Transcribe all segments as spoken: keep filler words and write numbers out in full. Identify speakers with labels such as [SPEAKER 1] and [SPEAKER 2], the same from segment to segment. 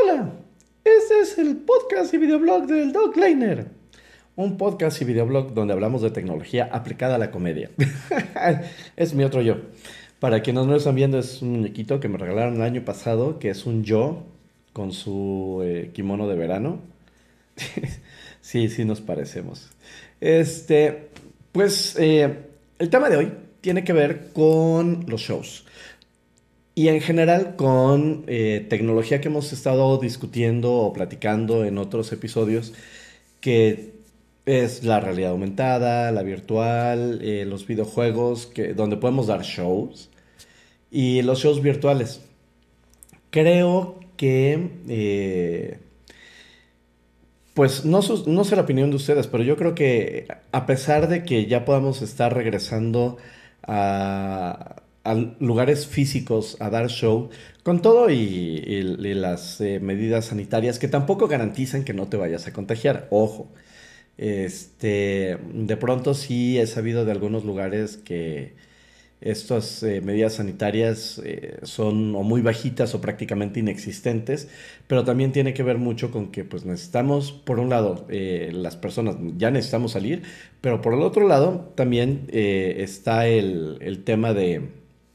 [SPEAKER 1] Hola, este es el podcast y videoblog del Doc Liner. Un podcast y videoblog donde hablamos de tecnología aplicada a la comedia. Es mi otro yo. Para quienes no lo están viendo, es un muñequito que me regalaron el año pasado, que es un yo con su eh, kimono de verano. Sí, sí nos parecemos. Este, pues eh, el tema de hoy tiene que ver con los shows. Y en general con eh, tecnología que hemos estado discutiendo o platicando en otros episodios, que es la realidad aumentada, la virtual, eh, los videojuegos, que, donde podemos dar shows y los shows virtuales. Creo que, eh, pues no, su- no sé la opinión de ustedes, pero yo creo que a pesar de que ya podamos estar regresando a, a lugares físicos a dar show, con todo y, y- y las eh, medidas sanitarias que tampoco garantizan que no te vayas a contagiar, ojo. Este, de pronto sí he sabido de algunos lugares que estas eh, medidas sanitarias eh, son o muy bajitas o prácticamente inexistentes, pero también tiene que ver mucho con que pues necesitamos, por un lado, eh, las personas ya necesitamos salir, pero por el otro lado también eh, está el, el tema de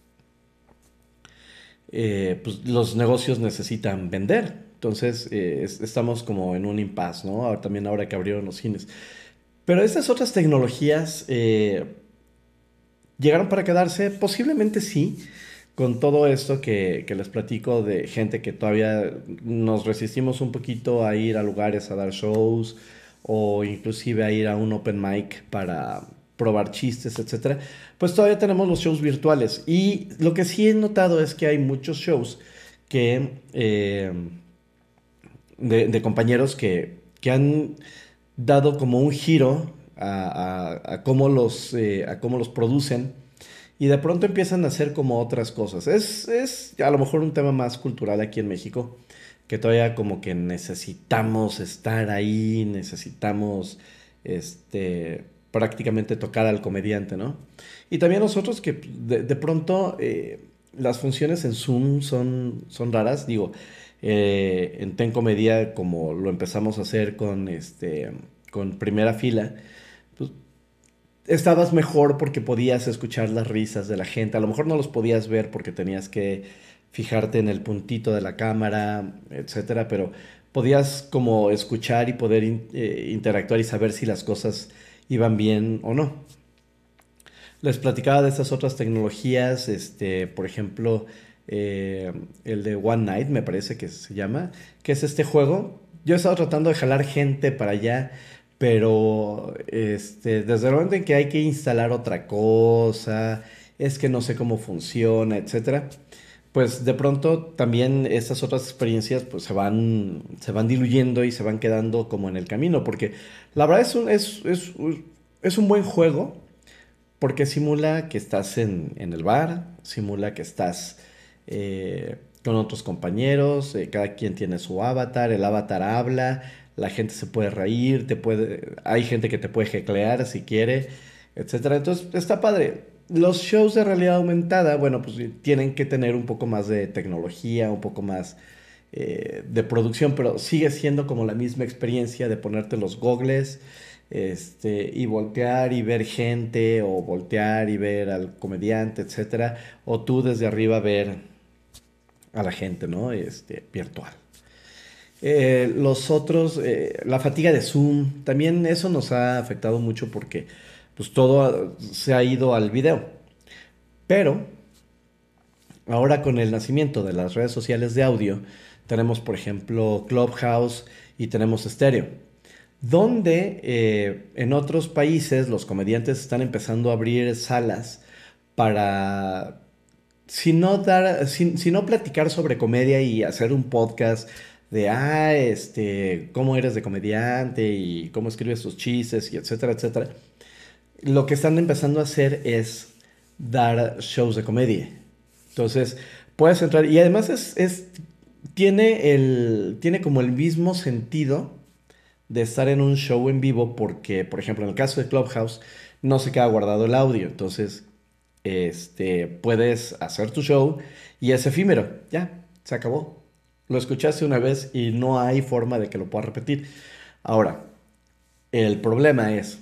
[SPEAKER 1] eh, pues los negocios necesitan vender. Entonces eh, es- estamos como en un impasse, ¿no? Ahora, también ahora que abrieron los cines. Pero estas otras tecnologías eh, llegaron para quedarse, posiblemente sí, con todo esto que, que les platico de gente que todavía nos resistimos un poquito a ir a lugares a dar shows o inclusive a ir a un open mic para probar chistes, etcétera. Pues todavía tenemos los shows virtuales. Y lo que sí he notado es que hay muchos shows que eh, de, de compañeros que, que han dado como un giro a, a- a cómo los, eh, a cómo los producen y de pronto empiezan a hacer como otras cosas. Es, es a lo mejor un tema más cultural aquí en México, que todavía como que necesitamos estar ahí, necesitamos este, prácticamente tocar al comediante, ¿no? Y también nosotros que de, de pronto eh, las funciones en Zoom son, son raras, digo, eh, en Ten Comedia como lo empezamos a hacer con, este, con primera fila, pues estabas mejor porque podías escuchar las risas de la gente. A lo mejor no los podías ver porque tenías que fijarte en el puntito de la cámara, etcétera, pero podías como escuchar y poder in- eh, interactuar y saber si las cosas iban bien o no. Les platicaba de estas otras tecnologías, este, por ejemplo, eh, el de One Night, me parece que se llama, que es este juego. Yo he estado tratando de jalar gente para allá, pero este, desde el momento en que hay que instalar otra cosa, es que no sé cómo funciona, etcétera. Pues de pronto también estas otras experiencias pues se van, se van diluyendo y se van quedando como en el camino, porque la verdad es un, es, es, es un buen juego, porque simula que estás en, en el bar, simula que estás eh, con otros compañeros, eh, cada quien tiene su avatar, el avatar habla, la gente se puede reír, te puede, hay gente que te puede jeclear si quiere, etcétera. Entonces está padre. Los shows de realidad aumentada, bueno, pues tienen que tener un poco más de tecnología, un poco más eh, de producción, pero sigue siendo como la misma experiencia de ponerte los gogles este, y voltear y ver gente, o voltear y ver al comediante, etcétera, o tú desde arriba ver a la gente, ¿no? Este, virtual. Eh, los otros, eh, la fatiga de Zoom, también eso nos ha afectado mucho porque pues todo ha- se ha ido al video. Pero ahora con el nacimiento de las redes sociales de audio, tenemos por ejemplo Clubhouse y tenemos Stereo, donde eh, en otros países los comediantes están empezando a abrir salas para, si no dar, si, si no platicar sobre comedia y hacer un podcast de, ah, este, cómo eres de comediante y cómo escribes tus chistes y etcétera, etcétera. Lo que están empezando a hacer es dar shows de comedia. Entonces, puedes entrar y además es, es tiene el, tiene como el mismo sentido de estar en un show en vivo porque, por ejemplo, en el caso de Clubhouse, no se queda guardado el audio. Entonces, este, puedes hacer tu show y es efímero. Ya, se acabó. Lo escuchaste una vez y no hay forma de que lo puedas repetir. Ahora, el problema es,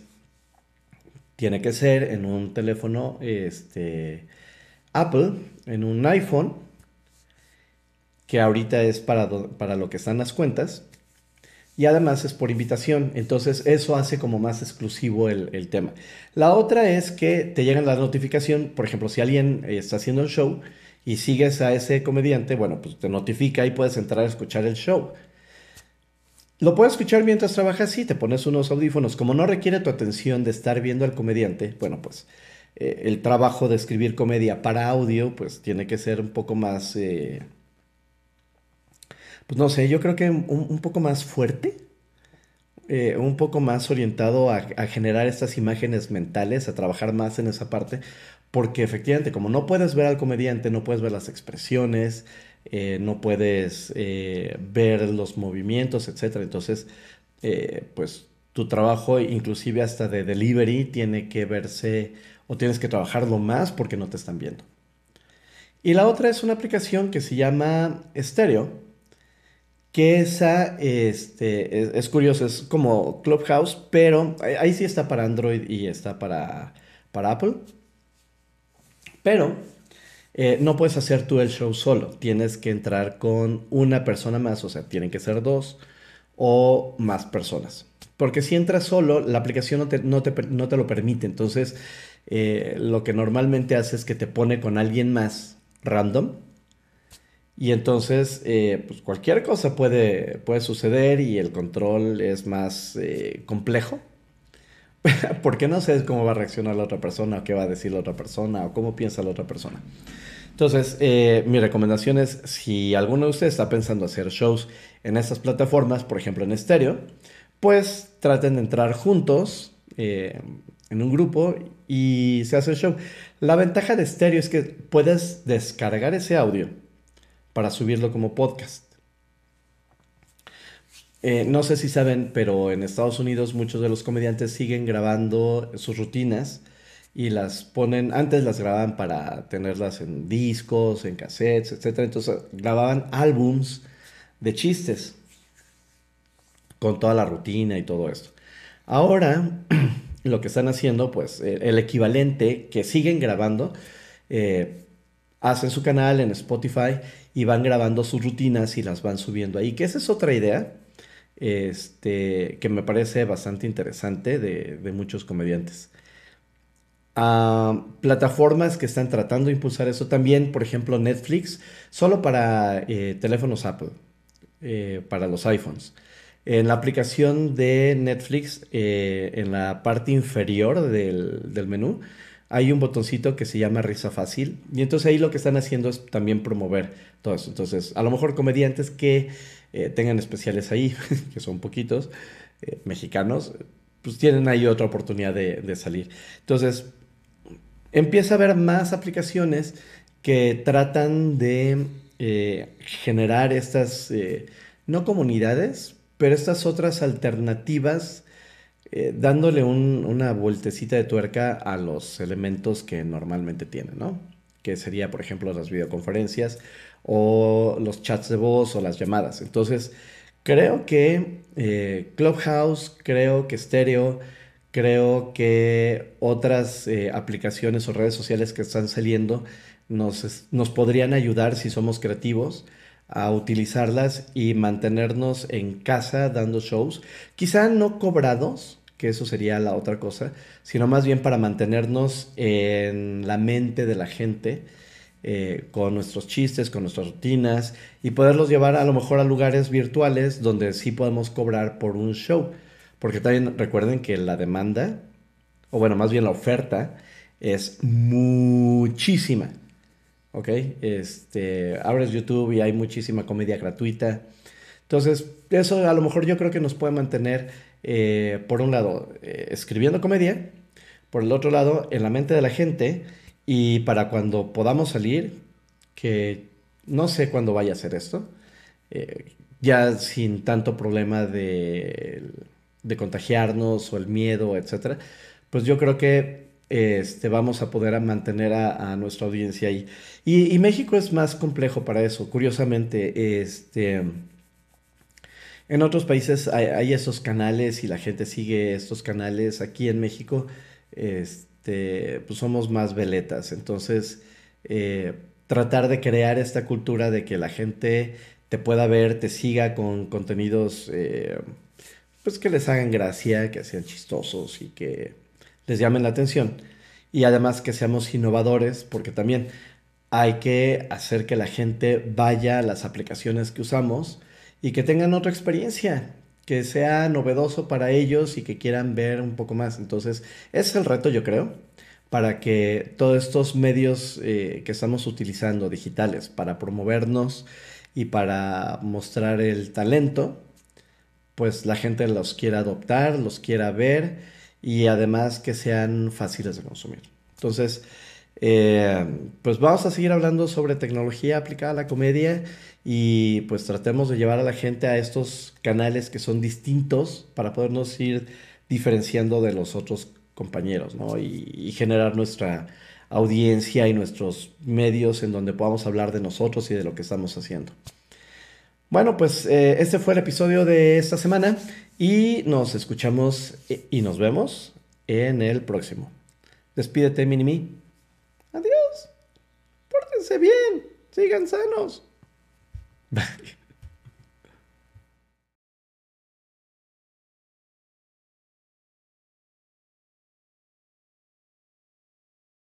[SPEAKER 1] tiene que ser en un teléfono este, Apple, en un iPhone, que ahorita es para, do- para lo que están las cuentas, y además es por invitación, entonces eso hace como más exclusivo el, el tema. La otra es que te llegan la notificación, por ejemplo, si alguien eh, está haciendo un show y sigues a ese comediante, bueno, pues te notifica y puedes entrar a escuchar el show. Lo puedes escuchar mientras trabajas, sí, te pones unos audífonos. Como no requiere tu atención de estar viendo al comediante, bueno, pues eh, el trabajo de escribir comedia para audio, pues tiene que ser un poco más, eh, pues no sé, yo creo que un, un poco más fuerte, eh, un poco más orientado a, a generar estas imágenes mentales, a trabajar más en esa parte, porque efectivamente, como no puedes ver al comediante, no puedes ver las expresiones, eh, no puedes eh, ver los movimientos, etcétera. Entonces, eh, pues tu trabajo, inclusive hasta de delivery, tiene que verse o tienes que trabajarlo más porque no te están viendo. Y la otra es una aplicación que se llama Stereo, que esa este, es, es curioso, es como Clubhouse, pero ahí ahí sí está para Android y está para, para Apple, pero eh, no puedes hacer tú el show solo, tienes que entrar con una persona más, o sea, tienen que ser dos o más personas. Porque si entras solo, la aplicación no te, no te, no te lo permite. Entonces, eh, lo que normalmente hace es que te pone con alguien más random. Y entonces, eh, pues cualquier cosa puede, puede suceder y el control es más eh, complejo. Porque no sabes cómo va a reaccionar la otra persona, o qué va a decir la otra persona, o cómo piensa la otra persona. Entonces, eh, mi recomendación es, si alguno de ustedes está pensando hacer shows en estas plataformas, por ejemplo en estéreo, pues traten de entrar juntos eh, en un grupo y se hace el show. La ventaja de estéreo es que puedes descargar ese audio para subirlo como podcast. Eh, no sé si saben, pero en Estados Unidos muchos de los comediantes siguen grabando sus rutinas y las ponen, antes las grababan para tenerlas en discos, en cassettes, etcétera. Entonces grababan álbums de chistes con toda la rutina y todo esto. Ahora lo que están haciendo, pues eh, el equivalente que siguen grabando, eh, hacen su canal en Spotify y van grabando sus rutinas y las van subiendo ahí, que esa es otra idea este, que me parece bastante interesante de, de muchos comediantes. Ah, plataformas que están tratando de impulsar eso también, por ejemplo, Netflix, solo para eh, teléfonos Apple, eh, para los iPhones. En la aplicación de Netflix, eh, en la parte inferior del, del menú, hay un botoncito que se llama Risa Fácil. Y entonces ahí lo que están haciendo es también promover todo eso. Entonces, a lo mejor comediantes que eh, tengan especiales ahí, que son poquitos, eh, mexicanos, pues tienen ahí otra oportunidad de, de salir. Entonces, empieza a haber más aplicaciones que tratan de eh, generar estas, eh, no comunidades, pero estas otras alternativas, eh, dándole un- una vueltecita de tuerca a los elementos que normalmente tienen, ¿no? Que sería, por ejemplo, las videoconferencias o los chats de voz o las llamadas. Entonces, creo que eh, Clubhouse, creo que Stereo, creo que otras eh, aplicaciones o redes sociales que están saliendo nos, es- nos podrían ayudar si somos creativos a utilizarlas y mantenernos en casa dando shows, quizá no cobrados, que eso sería la otra cosa, sino más bien para mantenernos en la mente de la gente eh, con nuestros chistes, con nuestras rutinas y poderlos llevar a lo mejor a lugares virtuales donde sí podemos cobrar por un show. Porque también recuerden que la demanda, o bueno, más bien la oferta, es muchísima. ¿Ok? Este, abres YouTube y hay muchísima comedia gratuita. Entonces, eso a lo mejor yo creo que nos puede mantener, eh, por un lado, eh, escribiendo comedia, por el otro lado, en la mente de la gente, y para cuando podamos salir, que no sé cuándo vaya a ser esto, eh, ya sin tanto problema de, de contagiarnos o el miedo, etcétera, pues yo creo que este, vamos a poder a mantener a, a nuestra audiencia ahí. Y, y México es más complejo para eso. Curiosamente, este, en otros países hay, hay esos canales y la gente sigue estos canales. Aquí en México, este, pues somos más veletas. Entonces, eh, tratar de crear esta cultura de que la gente te pueda ver, te siga con contenidos, eh, pues que les hagan gracia, que sean chistosos y que les llamen la atención. Y además que seamos innovadores, porque también hay que hacer que la gente vaya a las aplicaciones que usamos y que tengan otra experiencia, que sea novedoso para ellos y que quieran ver un poco más. Entonces, ese es el reto, yo creo, para que todos estos medios eh, que estamos utilizando digitales para promovernos y para mostrar el talento, pues la gente los quiera adoptar, los quiera ver y además que sean fáciles de consumir. Entonces, eh, pues vamos a seguir hablando sobre tecnología aplicada a la comedia y pues tratemos de llevar a la gente a estos canales que son distintos para podernos ir diferenciando de los otros compañeros, ¿no? Y, y generar nuestra audiencia y nuestros medios en donde podamos hablar de nosotros y de lo que estamos haciendo. Bueno, pues eh, este fue el episodio de esta semana y nos escuchamos y y nos vemos en el próximo. Despídete, Minimi. Adiós. Pórtense bien. Sigan sanos. Bye.